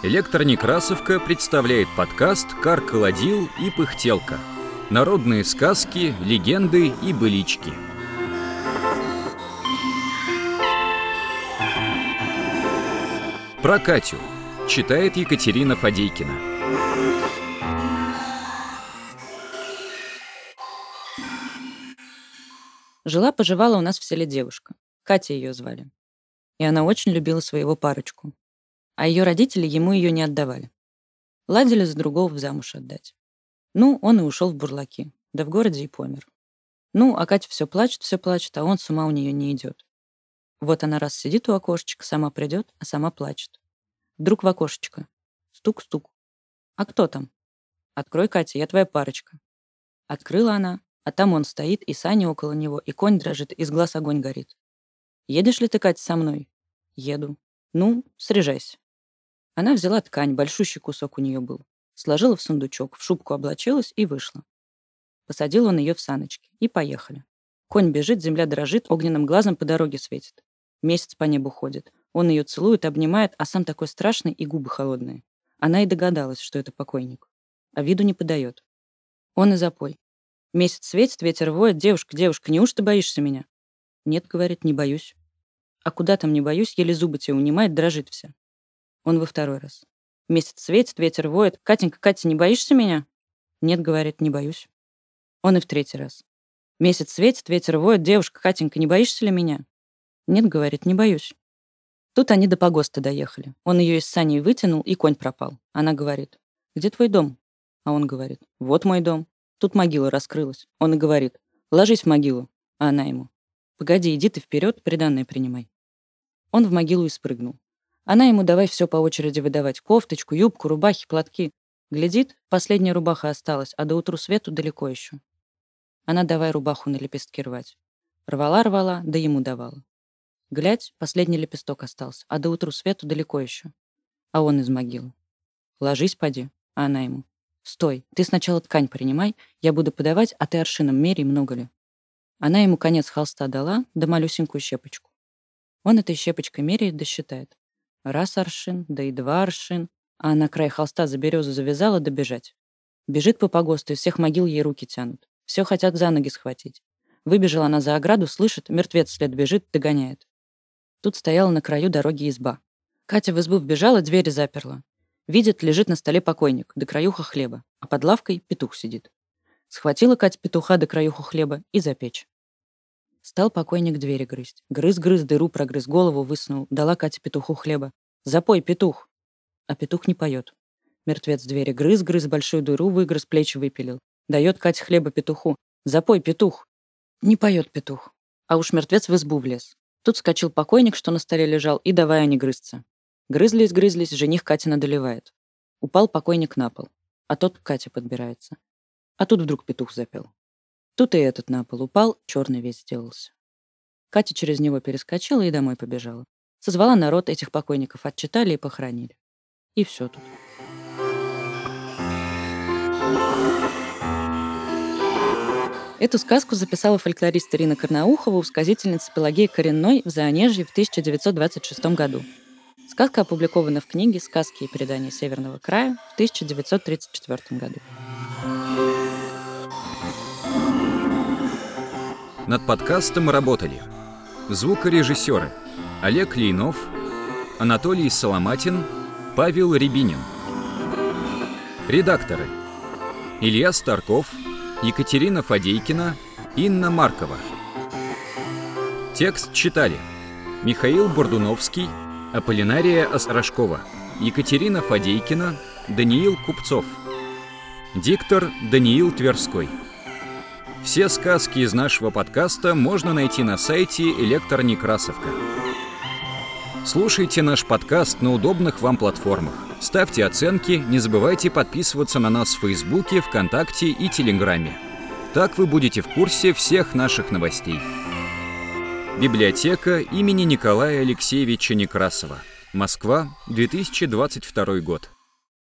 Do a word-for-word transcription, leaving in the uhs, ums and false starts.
Электронекрасовка представляет подкаст «Каркаладил и пыхтелка». Народные сказки, легенды и былички. Про Катю. Читает Екатерина Фадейкина. Жила-поживала у нас в селе девушка. Катя ее звали. И она очень любила своего парочку. А ее родители ему ее не отдавали. Ладили за другого в замуж отдать. Ну, он и ушел в бурлаки. Да в городе и помер. Ну, а Катя все плачет, все плачет, а он с ума у нее не идет. Вот она раз сидит у окошечка, сама придет, а сама плачет. Вдруг в окошечко. Стук-стук. А кто там? Открой, Катя, я твоя парочка. Открыла она, а там он стоит, и сани около него, и конь дрожит, из глаз огонь горит. Едешь ли ты, Катя, со мной? Еду. Ну, срежайся. Она взяла ткань, большущий кусок у нее был, сложила в сундучок, в шубку облачилась и вышла. Посадил он ее в саночки, и поехали. Конь бежит, земля дрожит, огненным глазом по дороге светит. Месяц по небу ходит. Он ее целует, обнимает, а сам такой страшный и губы холодные. Она и догадалась, что это покойник. А виду не подает. Он и запой. Месяц светит, ветер воет. Девушка, девушка, неужто боишься меня? Нет, говорит, не боюсь. А куда там не боюсь, еле зубы тебе унимает, дрожит вся. Он во второй раз. Месяц светит, ветер воет. Катенька, Катя, не боишься меня? Нет, говорит, не боюсь. Он и в третий раз. Месяц светит, ветер воет. Девушка, Катенька, не боишься ли меня? Нет, говорит, не боюсь. Тут они до погоста доехали. Он ее из саней вытянул, и конь пропал. Она говорит, где твой дом? А он говорит, вот мой дом. Тут могила раскрылась. Он и говорит, ложись в могилу. А она ему, погоди, иди ты вперед, приданное принимай. Он в могилу и спрыгнул. Она ему давай все по очереди выдавать. Кофточку, юбку, рубахи, платки. Глядит, последняя рубаха осталась, а до утру свету далеко еще. Она давай рубаху на лепестки рвать. Рвала-рвала, да ему давала. Глядь, последний лепесток остался, а до утру свету далеко еще. А он из могилы. Ложись, поди. А она ему. Стой, ты сначала ткань принимай, я буду подавать, а ты аршином меряй, много ли. Она ему конец холста дала, да малюсенькую щепочку. Он этой щепочкой меряет да считает. Раз аршин, да и два аршин, а она край холста за березу завязала да бежать. Бежит по погосту, из всех могил ей руки тянут. Все хотят за ноги схватить. Выбежала она за ограду, слышит, мертвец вслед бежит, догоняет. Тут стояла на краю дороги изба. Катя в избу вбежала, двери заперла. Видит, лежит на столе покойник, до краюха хлеба, а под лавкой петух сидит. Схватила Катя петуха до краюху хлеба и запечь. Стал покойник двери грызть. Грыз-грыз, дыру прогрыз, голову высунул, дала Кате петуху хлеба. «Запой, петух!» А петух не поет. Мертвец двери грыз-грыз, большую дыру выгрыз, плечи выпилил. Дает Кате хлеба петуху. «Запой, петух!» Не поет петух. А уж мертвец в избу влез. Тут вскочил покойник, что на столе лежал, и давай они грызться. Грызлись, грызлись, жених Катина доливает. Упал покойник на пол, а тот к Кате подбирается. А тут вдруг петух запел. Тут и этот на пол упал, черный весь сделался. Катя через него перескочила и домой побежала. Созвала народ, этих покойников отчитали и похоронили. И все тут. Эту сказку записала фольклорист Ирина Карнаухова у сказительницы Пелагеи Коренной в Заонежье в тысяча девятьсот двадцать шестом году. Сказка опубликована в книге «Сказки и предания Северного края» в тысяча девятьсот тридцать четвёртом году. Над подкастом работали звукорежиссеры Олег Лейнов, Анатолий Соломатин, Павел Рябинин. Редакторы Илья Старков, Екатерина Фадейкина, Инна Маркова. Текст читали Михаил Бордуновский, Аполлинария Острожкова, Екатерина Фадейкина, Даниил Купцов. Диктор Даниил Тверской. Все сказки из нашего подкаста можно найти на сайте Электронекрасовка. Слушайте наш подкаст на удобных вам платформах. Ставьте оценки, не забывайте подписываться на нас в Фейсбуке, ВКонтакте и Телеграме. Так вы будете в курсе всех наших новостей. Библиотека имени Николая Алексеевича Некрасова. Москва, две тысячи двадцать второй год.